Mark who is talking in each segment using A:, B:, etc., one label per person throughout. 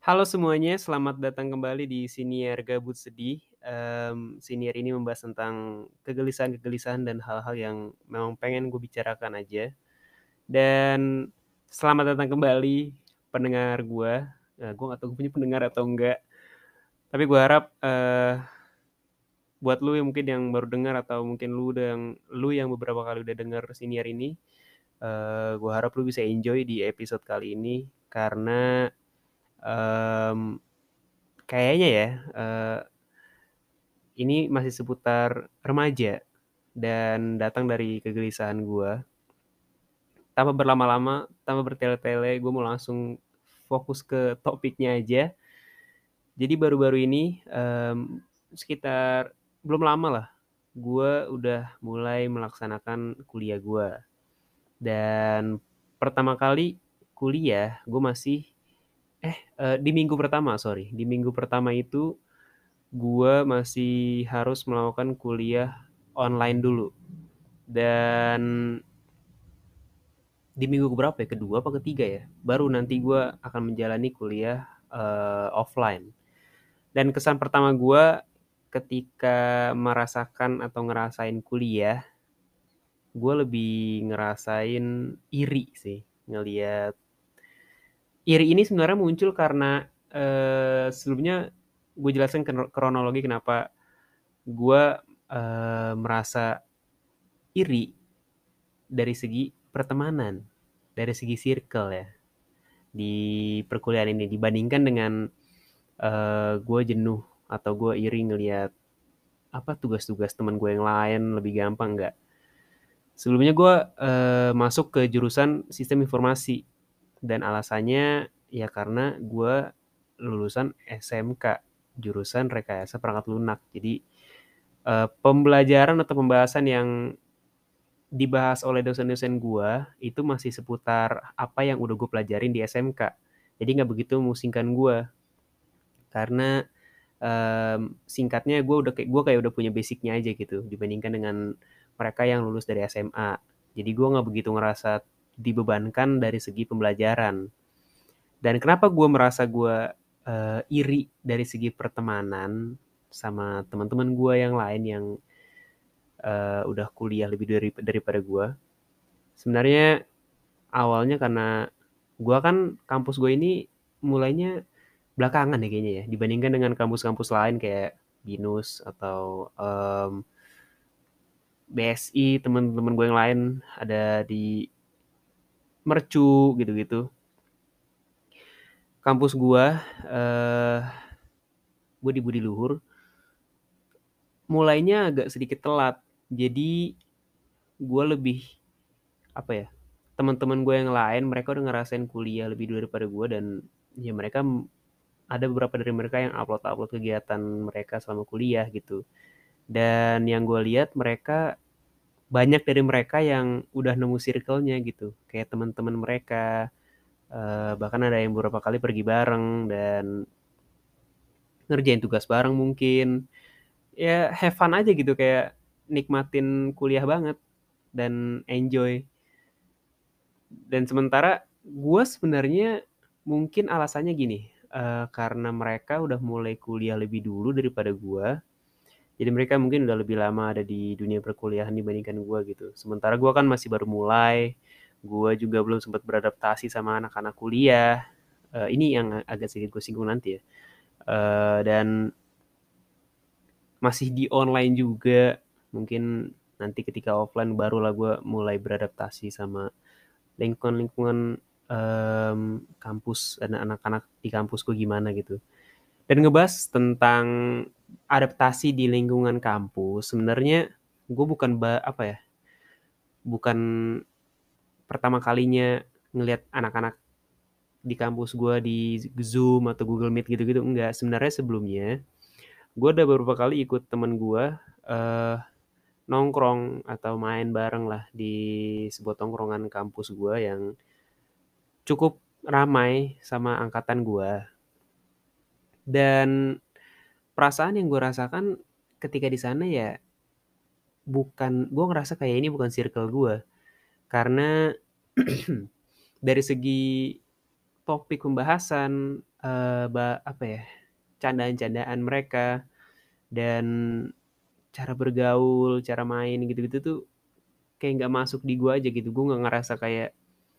A: Halo semuanya, selamat datang kembali di Siniar Gabut Sedih. Siniar ini membahas tentang kegelisahan-kegelisahan dan hal-hal yang memang pengen gue bicarakan aja. Dan selamat datang kembali pendengar gue. Gue nggak tahu gue punya pendengar atau enggak. Tapi gue harap buat lu yang mungkin yang baru dengar atau mungkin lu yang beberapa kali udah dengar Siniar ini, gue harap lu bisa enjoy di episode kali ini karena em, kayaknya ya. Ini masih seputar remaja dan datang dari kegelisahan gua. Tanpa berlama-lama, tanpa bertele-tele, gue mau langsung fokus ke topiknya aja. Jadi baru-baru ini, sekitar belum lama lah, gue udah mulai melaksanakan kuliah gue. Dan pertama kali kuliah, gue masih di minggu pertama, sorry, di minggu pertama itu gue masih harus melakukan kuliah online dulu. Dan di minggu ke berapa ya, kedua apa ketiga ya, baru nanti gue akan menjalani kuliah offline. Dan kesan pertama gue ketika merasakan atau ngerasain kuliah, gue lebih ngerasain iri sih ngelihat. Iri ini sebenarnya muncul karena sebelumnya gue jelasin kronologi kenapa gue merasa iri dari segi pertemanan, dari segi circle ya, di perkuliahan ini dibandingkan dengan gue jenuh atau gue iri ngelihat apa tugas-tugas teman gue yang lain lebih gampang nggak. Sebelumnya gue masuk ke jurusan sistem informasi dan alasannya ya karena gue lulusan SMK jurusan rekayasa perangkat lunak. Jadi pembelajaran atau pembahasan yang dibahas oleh dosen-dosen gua, itu masih seputar apa yang udah gue pelajarin di SMK. Jadi nggak begitu memusingkan gua, karena, singkatnya gue kayak udah punya basic-nya aja gitu, dibandingkan dengan mereka yang lulus dari SMA. Jadi gue nggak begitu ngerasa dibebankan dari segi pembelajaran. Dan kenapa gue merasa gue, iri dari segi pertemanan sama teman-teman gue yang lain yang, udah kuliah lebih daripada gue. Sebenarnya awalnya karena gua kan kampus gue ini mulainya belakangan ya kayaknya ya, dibandingkan dengan kampus-kampus lain kayak BINUS atau, BSI, temen-temen gue yang lain ada di Mercu gitu-gitu. Kampus gua, gue di Budi Luhur, mulainya agak sedikit telat. Jadi gue lebih, apa ya, teman-teman gue yang lain mereka udah ngerasain kuliah lebih dulu daripada gue dan ya mereka ada beberapa dari mereka yang upload-upload kegiatan mereka selama kuliah gitu. Dan yang gue lihat mereka banyak dari mereka yang udah nemu circle-nya gitu. Kayak teman-teman mereka, bahkan ada yang beberapa kali pergi bareng dan ngerjain tugas bareng mungkin. Ya have fun aja gitu kayak nikmatin kuliah banget dan enjoy. Dan sementara gue sebenarnya mungkin alasannya gini, karena mereka udah mulai kuliah lebih dulu daripada gue. Jadi mereka mungkin udah lebih lama ada di dunia perkuliahan dibandingkan gue gitu. Sementara gue kan masih baru mulai, gue juga belum sempat beradaptasi sama anak-anak kuliah. Ini yang agak sedikit gue singgung nanti ya. Dan masih di online juga. Mungkin nanti ketika offline barulah gue mulai beradaptasi sama lingkungan-lingkungan kampus dan anak-anak di kampusku gimana gitu. Dan ngebahas tentang adaptasi di lingkungan kampus, sebenarnya gue apa ya, bukan pertama kalinya ngelihat anak-anak di kampus gue di Zoom atau Google Meet gitu-gitu, enggak. Sebenarnya sebelumnya, gue udah beberapa kali ikut temen gue, eee, nongkrong atau main bareng lah di sebuah tongkrongan kampus gue yang cukup ramai sama angkatan gue. Dan perasaan yang gue rasakan ketika di sana ya gue ngerasa kayak ini bukan circle gue. Karena dari segi topik pembahasan, apa ya, candaan-candaan mereka dan cara bergaul, cara main gitu-gitu tuh kayak nggak masuk di gua aja gitu. Gua nggak ngerasa kayak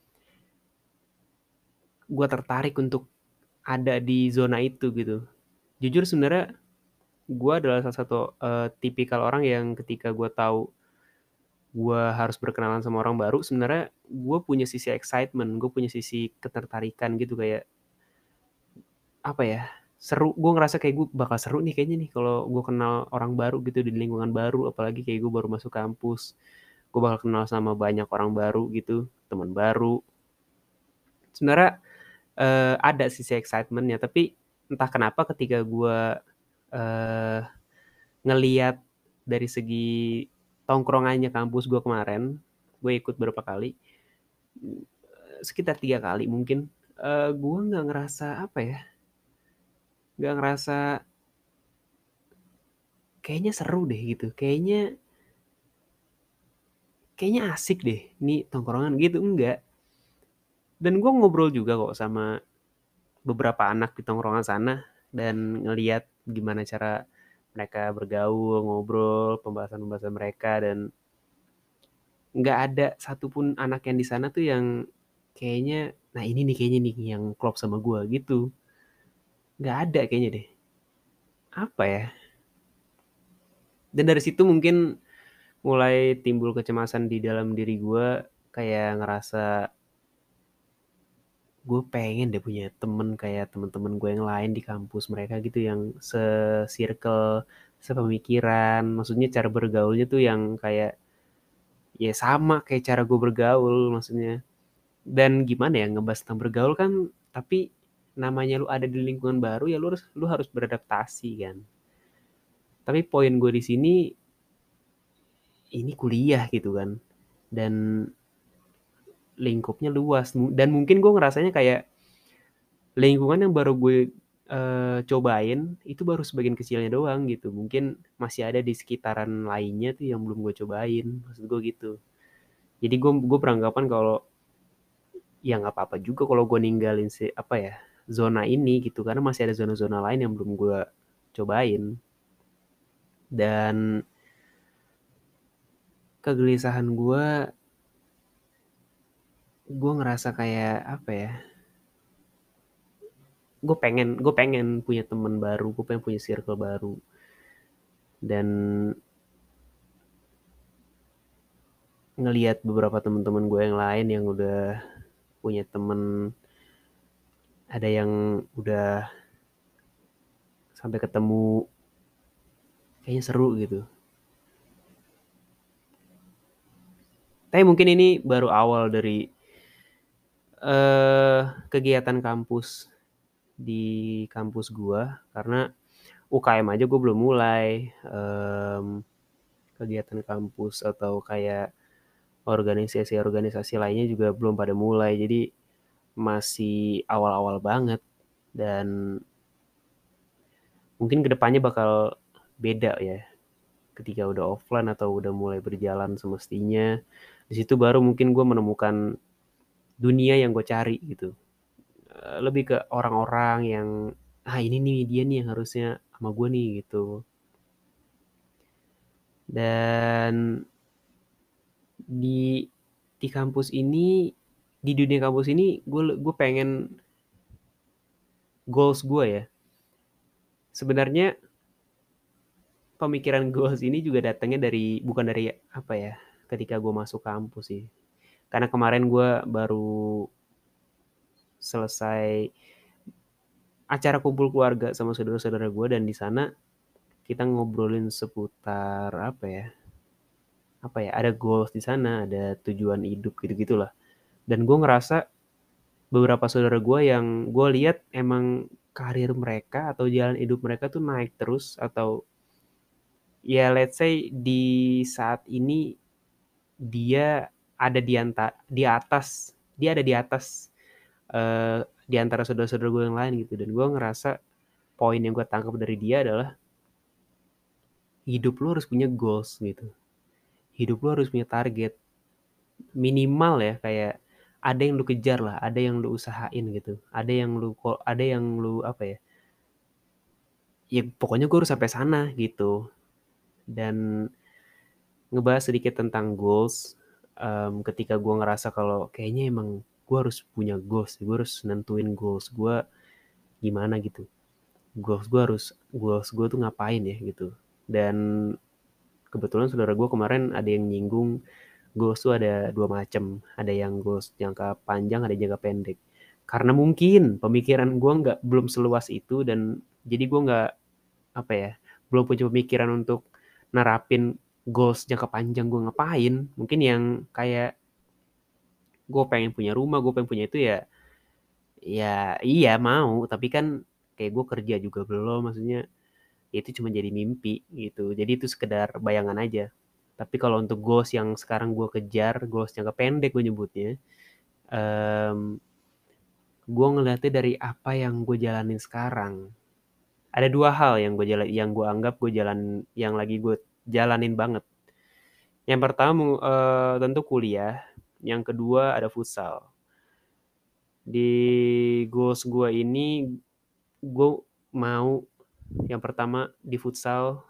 A: gua tertarik untuk ada di zona itu gitu. Jujur sebenarnya gua adalah salah satu, tipikal orang yang ketika gua tahu gua harus berkenalan sama orang baru, sebenarnya gua punya sisi excitement, gua punya sisi ketertarikan gitu kayak, apa ya, seru, gua ngerasa kayak gua bakal seru nih kayaknya nih kalau gua kenal orang baru gitu di lingkungan baru, apalagi kayak gua baru masuk kampus. Gua bakal kenal sama banyak orang baru gitu, teman baru. Sebenarnya, ada sisi excitement-nya, tapi entah kenapa ketika gua, eee, ngelihat dari segi tongkrongannya kampus gua kemarin, gue ikut berapa kali, sekitar 3 kali mungkin, gua nggak ngerasa apa ya, nggak ngerasa kayaknya seru deh gitu, kayaknya asik deh nih tongkrongan gitu, enggak. Dan gua ngobrol juga kok sama beberapa anak di tongkrongan sana dan ngelihat gimana cara mereka bergaul, ngobrol, pembahasan-pembahasan mereka dan nggak ada satupun anak yang di sana tuh yang kayaknya, "Nah ini nih kayaknya nih yang klop sama gua," gitu. Nggak ada kayaknya deh. Apa ya, dan dari situ mungkin mulai timbul kecemasan di dalam diri gua, kayak ngerasa gue pengen deh punya temen kayak temen-temen gue yang lain di kampus mereka gitu yang se-circle, sepemikiran, maksudnya cara bergaulnya tuh yang kayak, ya sama kayak cara gue bergaul maksudnya. Dan gimana ya, ngebahas tentang bergaul kan, tapi namanya lu ada di lingkungan baru ya lu harus beradaptasi kan. Tapi poin gue di sini, ini kuliah gitu kan, dan lingkupnya luas dan mungkin gue ngerasanya kayak lingkungan yang baru gue, cobain itu baru sebagian kecilnya doang gitu, mungkin masih ada di sekitaran lainnya tuh yang belum gue cobain, maksud gue gitu. Jadi gue beranggapan kalau, ya nggak apa-apa juga kalau gue ninggalin apa ya, zona ini gitu, karena masih ada zona-zona lain yang belum gue cobain. Dan kegelisahan gue ngerasa kayak apa ya, gue pengen punya teman baru, gue pengen punya circle baru. Dan ngelihat beberapa teman-teman gue yang lain yang udah punya temen, ada yang udah sampai ketemu, kayaknya seru gitu. Tapi mungkin ini baru awal dari kegiatan kampus di kampus gua, karena UKM aja gue belum mulai, kegiatan kampus atau kayak organisasi-organisasi lainnya juga belum pada mulai, jadi masih awal-awal banget. Dan mungkin kedepannya bakal beda ya, ketika udah offline atau udah mulai berjalan semestinya. Di situ baru mungkin gue menemukan dunia yang gue cari gitu. Lebih ke orang-orang yang, ah ini nih dia nih yang harusnya sama gue nih gitu. Dan di kampus ini, di dunia kampus ini gue pengen, goals gue ya. Sebenarnya pemikiran goals ini juga datangnya dari, bukan dari apa ya, ketika gue masuk kampus sih. Karena kemarin gue baru selesai acara kumpul keluarga sama saudara-saudara gue dan di sana kita ngobrolin seputar apa ya, ada goals di sana, ada tujuan hidup gitu-gitulah. Dan gue ngerasa beberapa saudara gue yang gue lihat emang karir mereka atau jalan hidup mereka tuh naik terus, atau ya let's say di saat ini dia ada di atas, dia ada di atas, di antara saudara-saudara gue yang lain gitu. Dan gue ngerasa poin yang gue tangkap dari dia adalah hidup lu harus punya goals gitu. Hidup lu harus punya target. Minimal ya kayak ada yang lu kejar lah, ada yang lu usahain gitu, ada yang lu apa ya, ya pokoknya gue harus sampai sana gitu. Dan ngebahas sedikit tentang goals, ketika gue ngerasa kalau kayaknya emang gue harus punya goals, gue harus nentuin goals gue gimana gitu. Goals gue tuh ngapain ya gitu. Dan kebetulan saudara gue kemarin ada yang nyinggung goals tuh ada dua macam, ada yang goals jangka panjang, ada jangka pendek. Karena mungkin pemikiran gue belum seluas itu, dan jadi gue nggak apa ya, belum punya pemikiran untuk nerapin goals jangka panjang gue ngapain. Mungkin yang kayak gue pengen punya rumah, gue pengen punya itu ya, ya iya mau, tapi kan kayak gue kerja juga belum, maksudnya itu cuma jadi mimpi gitu. Jadi itu sekedar bayangan aja. Tapi kalau untuk goals yang sekarang gue kejar, goals jangka pendek gue nyebutnya, gue ngeliatnya dari apa yang gue jalanin sekarang. Ada dua hal yang gue anggap gue jalan, yang lagi gue jalanin banget. Yang pertama tentu kuliah, yang kedua ada futsal. Di goals gue ini, gue mau yang pertama di futsal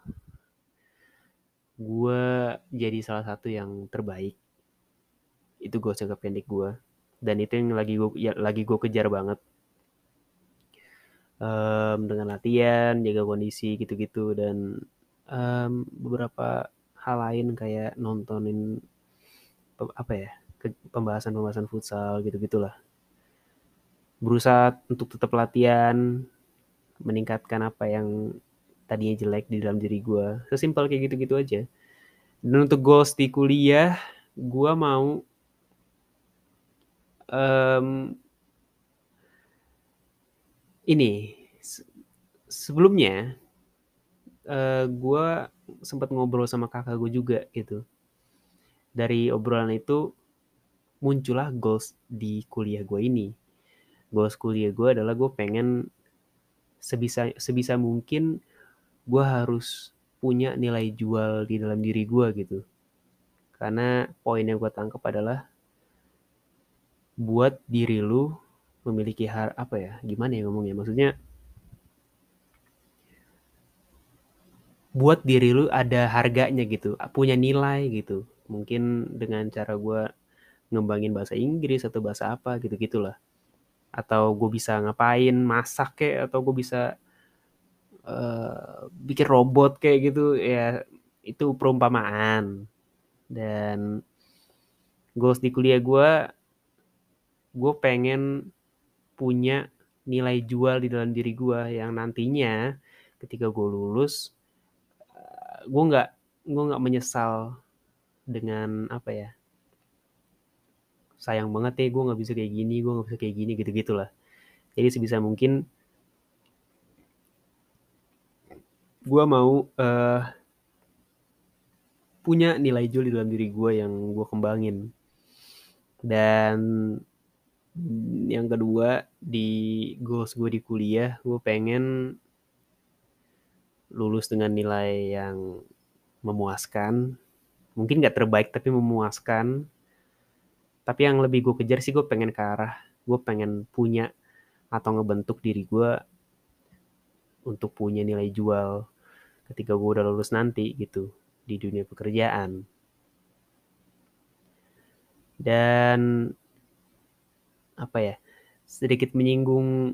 A: gue jadi salah satu yang terbaik. Itu goals jangka pendek gue, dan itu yang lagi gue kejar banget. Dengan latihan, jaga kondisi gitu-gitu, dan beberapa hal lain kayak nontonin apa ya, pembahasan-pembahasan futsal gitu-gitulah. Berusaha untuk tetap latihan, meningkatkan apa yang tadinya jelek di dalam diri gue. Sesimpel kayak gitu-gitu aja. Dan untuk goals di kuliah, gue mau um, ini sebelumnya gue sempat ngobrol sama kakak gue juga gitu. Dari obrolan itu muncullah goals di kuliah gue ini. Goals kuliah gue adalah gue pengen sebisa sebisa mungkin gue harus punya nilai jual di dalam diri gue gitu. Karena poin yang gue tangkap adalah buat diri lu memiliki apa ya, gimana ya ngomongnya, maksudnya buat diri lu ada harganya gitu, punya nilai gitu. Mungkin dengan cara gue ngembangin bahasa Inggris atau bahasa apa gitu gitulah, atau gue bisa ngapain, masak kayak, atau gue bisa bikin robot kayak gitu ya, itu perumpamaan. Dan goals di kuliah gue pengen punya nilai jual di dalam diri gue yang nantinya ketika gue lulus, gue nggak menyesal dengan apa ya, sayang banget ya gue nggak bisa kayak gini, gue nggak bisa kayak gini gitu gitulah. Jadi sebisa mungkin gue mau punya nilai jual di dalam diri gue yang gue kembangin. Dan yang kedua, di goals gue di kuliah, gue pengen lulus dengan nilai yang memuaskan. Mungkin gak terbaik, tapi memuaskan. Tapi yang lebih gue kejar sih, gue pengen ke arah, gue pengen punya atau ngebentuk diri gue untuk punya nilai jual ketika gue udah lulus nanti gitu, di dunia pekerjaan. Dan apa ya, sedikit menyinggung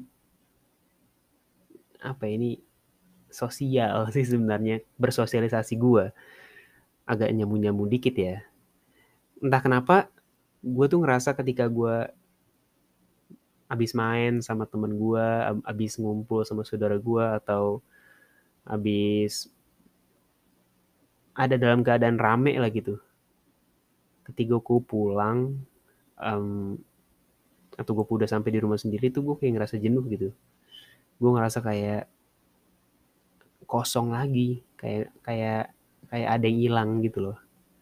A: apa ini, sosial sih sebenarnya, bersosialisasi gue agak nyambung-nyambung dikit ya. Entah kenapa gue tuh ngerasa ketika gue abis main sama temen gue, abis ngumpul sama saudara gue, atau abis ada dalam keadaan rame lah gitu, ketika gue pulang um, atau gue udah sampai di rumah sendiri tuh gue kayak ngerasa jenuh gitu. Gue ngerasa kayak kosong lagi, kayak kayak kayak ada yang hilang gitu loh.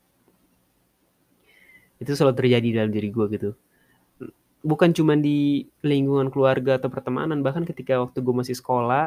A: Itu selalu terjadi dalam diri gue gitu. Bukan cuma di lingkungan keluarga atau pertemanan, bahkan ketika waktu gue masih sekolah,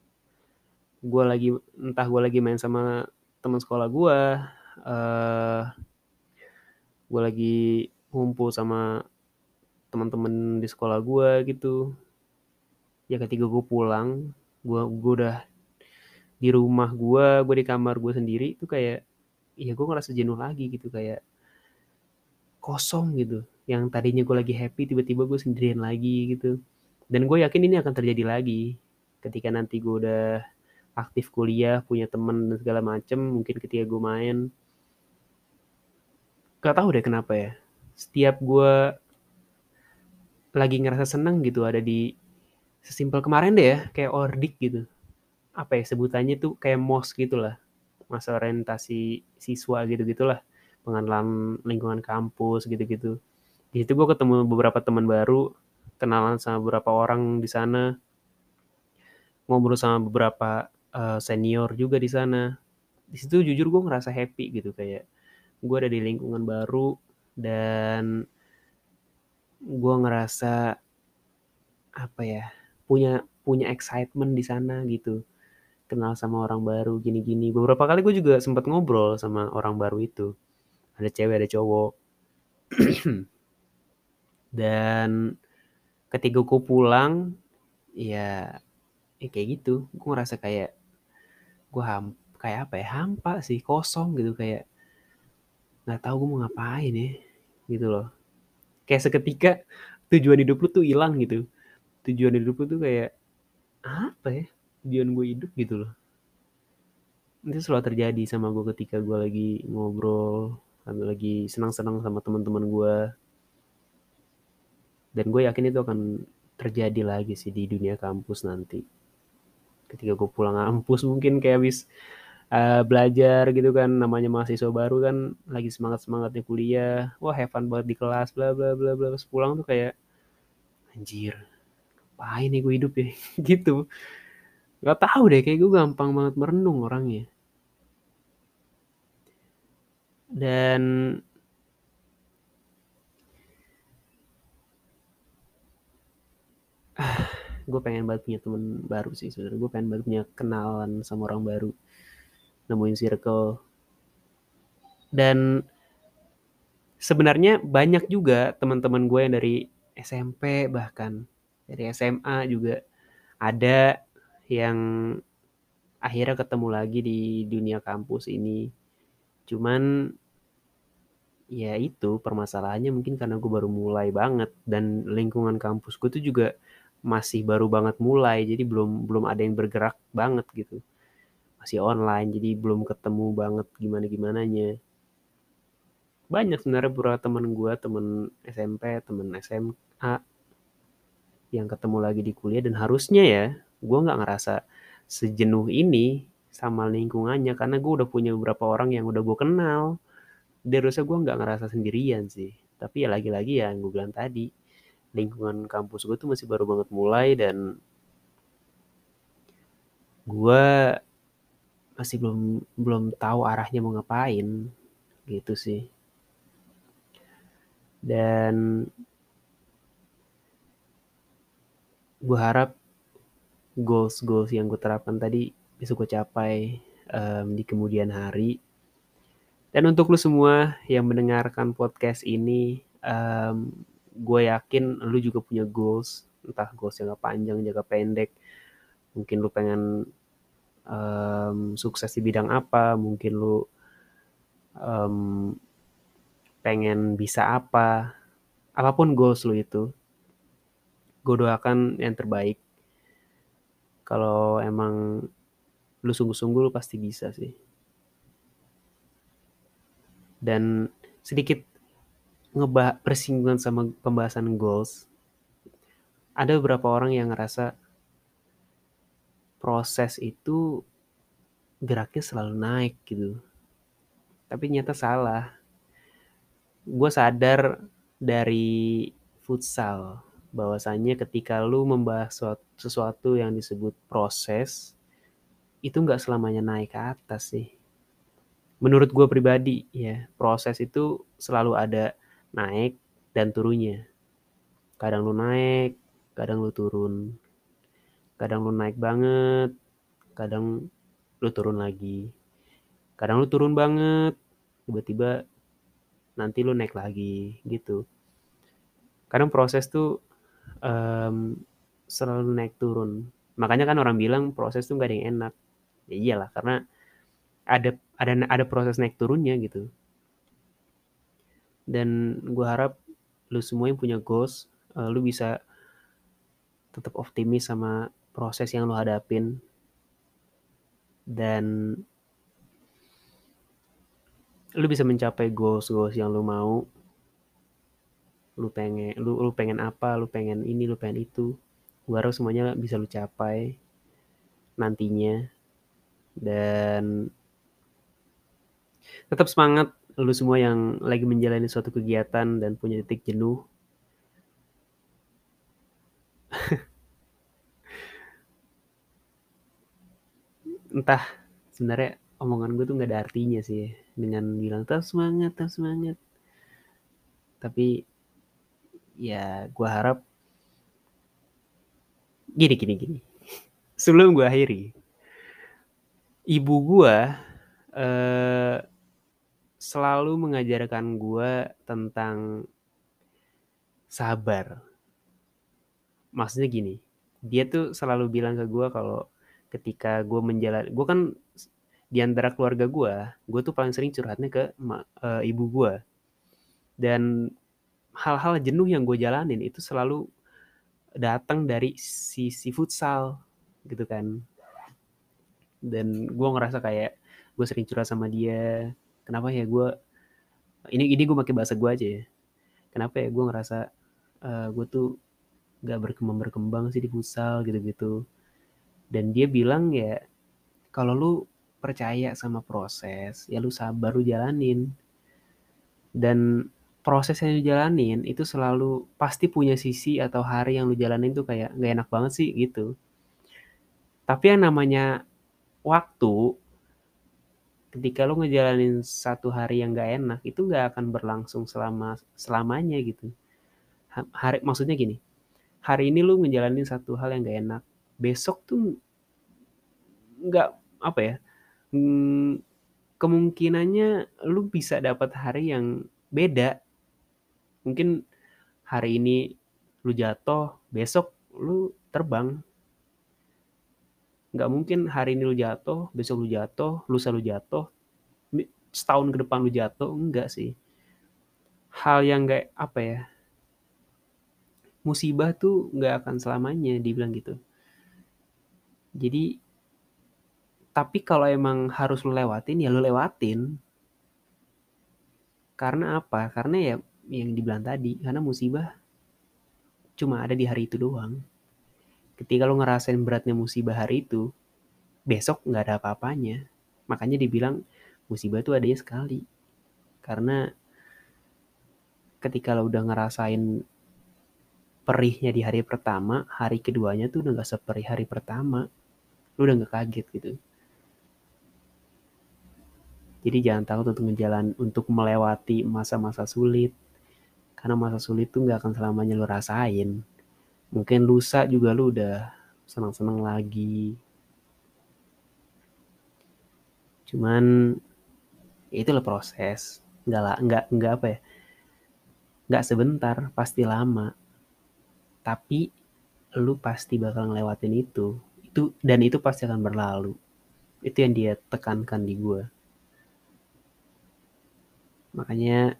A: gue lagi main sama teman sekolah gue lagi ngumpul sama teman-teman di sekolah gue gitu. Ya ketika gue pulang, gue udah di rumah gue di kamar gue sendiri tuh kayak, ya gue ngerasa jenuh lagi gitu, kayak kosong gitu. Yang tadinya gue lagi happy, tiba-tiba gue sendirian lagi gitu. Dan gue yakin ini akan terjadi lagi ketika nanti gue udah aktif kuliah, punya temen dan segala macem. Mungkin ketika gue main, gak tahu deh kenapa ya. Setiap gue lagi ngerasa seneng gitu, ada di sesimpel kemarin deh ya, kayak ordik gitu. Apa ya sebutannya tuh kayak MOS gitu lah. Masa orientasi siswa gitu-gitulah. Pengenalan lingkungan kampus gitu-gitu. Di situ gue ketemu beberapa teman baru, kenalan sama beberapa orang di sana, ngobrol sama beberapa senior juga di sana. Di situ jujur gue ngerasa happy gitu, kayak gue ada di lingkungan baru dan gue ngerasa apa ya, punya punya excitement di sana gitu. Kenal sama orang baru gini-gini. Beberapa kali gue juga sempat ngobrol sama orang baru itu. Ada cewek, ada cowok. Dan ketika gue pulang, ya, ya kayak gitu. Gue ngerasa kayak kayak apa ya? Hampa sih, kosong gitu, kayak nggak tahu gue mau ngapain ya, gitu loh. Kayak seketika tujuan hidup lu tuh hilang gitu. Tujuan hidup lu tuh kayak apa ya? Tujuan gue hidup gitu loh. Itu selalu terjadi sama gue ketika gue lagi ngobrol, lagi senang-senang sama teman-teman gue. Dan gue yakin itu akan terjadi lagi sih di dunia kampus nanti. Ketika gue pulang kampus mungkin kayak habis belajar gitu kan, namanya mahasiswa baru kan, lagi semangat-semangatnya kuliah. Wah, have fun banget di kelas, bla bla bla bla. Terus pulang tuh kayak anjir, ngapain nih gue hidup ya? Gitu. Gak tahu deh, kayak gue gampang banget merenung orangnya. Dan gue pengen banget punya teman baru sih sebenarnya. Gue pengen banget punya kenalan sama orang baru, nemuin circle. Dan sebenarnya banyak juga teman-teman gue yang dari SMP, bahkan dari SMA juga ada yang akhirnya ketemu lagi di dunia kampus ini. Cuman ya itu permasalahannya mungkin karena gue baru mulai banget dan lingkungan kampus gue tuh juga masih baru banget mulai, jadi belum belum ada yang bergerak banget gitu. Masih online, jadi belum ketemu banget gimana gimananya. Banyak sebenarnya beberapa teman gue, temen SMP, temen SMA yang ketemu lagi di kuliah, dan harusnya ya gue nggak ngerasa sejenuh ini sama lingkungannya karena gue udah punya beberapa orang yang udah gue kenal. Dan harusnya gue nggak ngerasa sendirian sih. Tapi ya lagi-lagi ya yang gue bilang tadi, lingkungan kampus gue tuh masih baru banget mulai dan gue masih belum belum tahu arahnya mau ngapain gitu sih. Dan gue harap goals-goals yang gue terapkan tadi bisa gue capai di kemudian hari. Dan untuk lu semua yang mendengarkan podcast ini, gue yakin lu juga punya goals, entah goals jangka panjang, jangka pendek. Mungkin lu pengen sukses di bidang apa, mungkin lu um, pengen bisa apa, apapun goals lu itu, gue doakan yang terbaik. Kalau emang lu sungguh-sungguh lu pasti bisa sih. Dan sedikit bersinggungan sama pembahasan goals, ada beberapa orang yang ngerasa proses itu geraknya selalu naik gitu. Tapi nyata salah. Gue sadar dari futsal bahwasanya ketika lu membahas sesuatu yang disebut proses, itu nggak selamanya naik ke atas sih. Menurut gue pribadi ya, proses itu selalu ada naik dan turunnya. Kadang lu naik, kadang lu turun. Kadang lu naik banget, kadang lu turun lagi. Kadang lu turun banget, tiba-tiba nanti lu naik lagi gitu. Kadang proses tuh, selalu naik turun. Makanya kan orang bilang proses tuh nggak ada yang enak. Ya iyalah, karena ada proses naik turunnya gitu. Dan gue harap lu semua yang punya goals, lu bisa tetap optimis sama proses yang lu hadapin, dan lu bisa mencapai goals yang lu mau. Lu pengen apa, lu pengen ini, lu pengen itu. Gue harap semuanya bisa lu capai nantinya. Dan tetap semangat lu semua yang lagi menjalani suatu kegiatan dan punya titik jenuh. Entah, sebenarnya omongan gue tuh nggak ada artinya sih ya, dengan bilang tetap semangat, tetap semangat. Tapi ya gue harap gini. Sebelum gue akhiri, ibu gue eh, selalu mengajarkan gue tentang sabar. Maksudnya gini, dia tuh selalu bilang ke gue kalau ketika gue gue kan di antara keluarga gue tuh paling sering curhatnya ke ibu gue. Dan hal-hal jenuh yang gue jalanin itu selalu datang dari sisi futsal gitu kan. Dan gue ngerasa kayak gue sering curhat sama dia, kenapa ya ini gue pakai bahasa gue aja ya, kenapa ya gue ngerasa gue tuh gak berkembang sih di futsal gitu-gitu. Dan dia bilang ya, kalau lu percaya sama proses ya lu sabar, lu jalanin. Dan proses yang lu jalanin itu selalu pasti punya sisi atau hari yang lu jalanin tuh kayak gak enak banget sih gitu. Tapi yang namanya waktu, ketika lu ngejalanin satu hari yang gak enak, itu gak akan berlangsung selamanya gitu. Maksudnya gini, hari ini lu ngejalanin satu hal yang gak enak, besok tuh nggak, apa ya, hmm, kemungkinannya lu bisa dapat hari yang beda. Mungkin hari ini lu jatuh, besok lu terbang. Nggak mungkin hari ini lu jatuh, besok lu jatuh, lusa lu jatuh, setahun ke depan lu jatuh. Enggak sih. Hal yang nggak, apa ya, musibah tuh nggak akan selamanya, dibilang gitu. Jadi, tapi kalau emang harus lu lewatin, ya lu lewatin. Karena apa? Karena ya yang dibilang tadi, karena musibah cuma ada di hari itu doang. Ketika lu ngerasain beratnya musibah hari itu, besok nggak ada apa-apanya. Makanya dibilang musibah itu adanya sekali. Karena ketika lo udah ngerasain perihnya di hari pertama, hari keduanya tuh udah gak seperih hari pertama. Lu udah gak kaget gitu. Jadi jangan takut untuk melewati masa-masa sulit. Karena masa sulit tuh gak akan selamanya lu rasain. Mungkin lusa juga lu udah senang-senang lagi. Cuman itulah proses. Nggak apa ya, nggak sebentar, pasti lama. Tapi lu pasti bakal ngelewatin itu pasti akan berlalu. Itu yang dia tekankan di gue. Makanya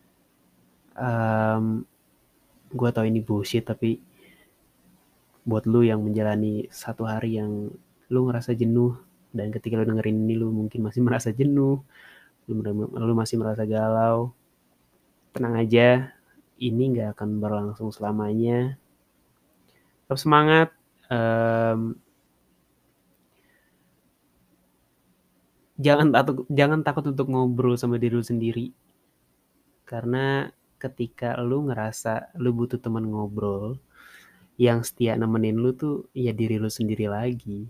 A: gue tau ini bullshit, tapi buat lu yang menjalani satu hari yang lu ngerasa jenuh, dan ketika lu dengerin ini lu mungkin masih merasa jenuh, lu masih merasa galau, tenang aja, ini gak akan berlangsung selamanya. Tetap semangat. Jangan takut untuk ngobrol sama diri lu sendiri. Karena ketika lu ngerasa lu butuh teman ngobrol, yang setia nemenin lu tuh ya diri lu sendiri lagi.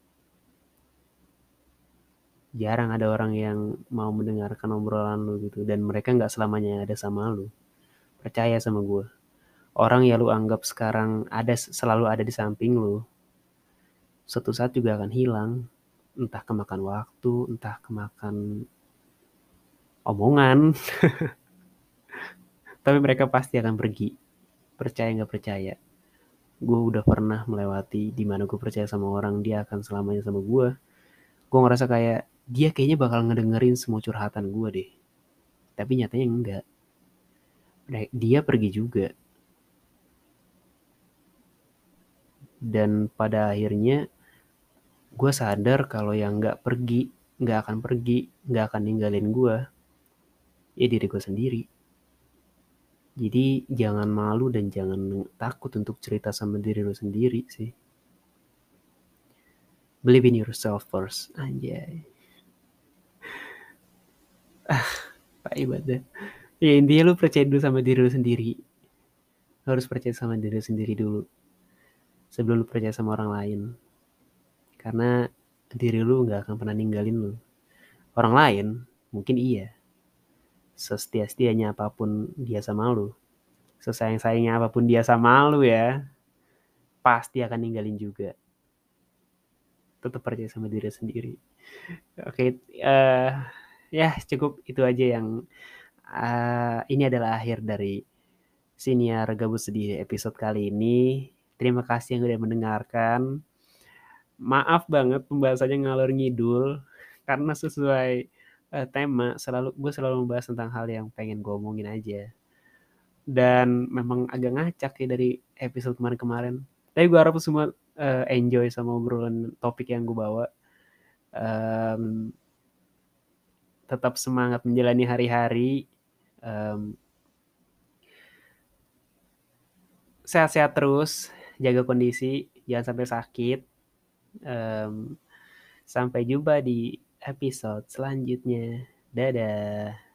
A: Jarang ada orang yang mau mendengarkan obrolan lu gitu, dan mereka nggak selamanya ada sama lu. Percaya sama gue. Orang yang lu anggap sekarang selalu ada di samping lu, suatu saat juga akan hilang. Entah kemakan waktu, entah kemakan omongan. Tapi mereka pasti akan pergi. percaya nggak percaya, gue udah pernah melewati di mana gue percaya sama orang dia akan selamanya sama gue ngerasa kayak dia kayaknya bakal ngedengerin semua curhatan gue deh, tapi nyatanya enggak. Dia pergi juga, dan pada akhirnya gue sadar kalau yang nggak akan pergi, nggak akan ninggalin gue, ya diri gue sendiri. Jadi jangan malu dan jangan takut untuk cerita sama diri lo sendiri sih. Believe in yourself first, anjay. Pak ibadah. Ya intinya lu percaya dulu sama diri lu sendiri. Lu harus percaya sama diri lu sendiri dulu sebelum lu percaya sama orang lain. Karena diri lu nggak akan pernah ninggalin lu. Orang lain mungkin iya, sesetia-setianya apapun dia sama lu, sesayang-sayangnya apapun dia sama lu ya, pasti akan ninggalin juga. Tetap percaya sama diri sendiri. Oke, ya cukup itu aja yang ini adalah akhir dari Siniar Gabut Sedih episode kali ini. Terima kasih yang udah mendengarkan. Maaf banget pembahasannya ngalor ngidul karena sesuai tema gue selalu membahas tentang hal yang pengen gue omongin aja. Dan memang agak ngacak ya dari episode kemarin-kemarin. Tapi gue harap semua enjoy sama obrolan topik yang gue bawa. Tetap semangat menjalani hari-hari. Sehat-sehat terus, jaga kondisi, jangan sampai sakit. Sampai jumpa di episode selanjutnya. Dadah.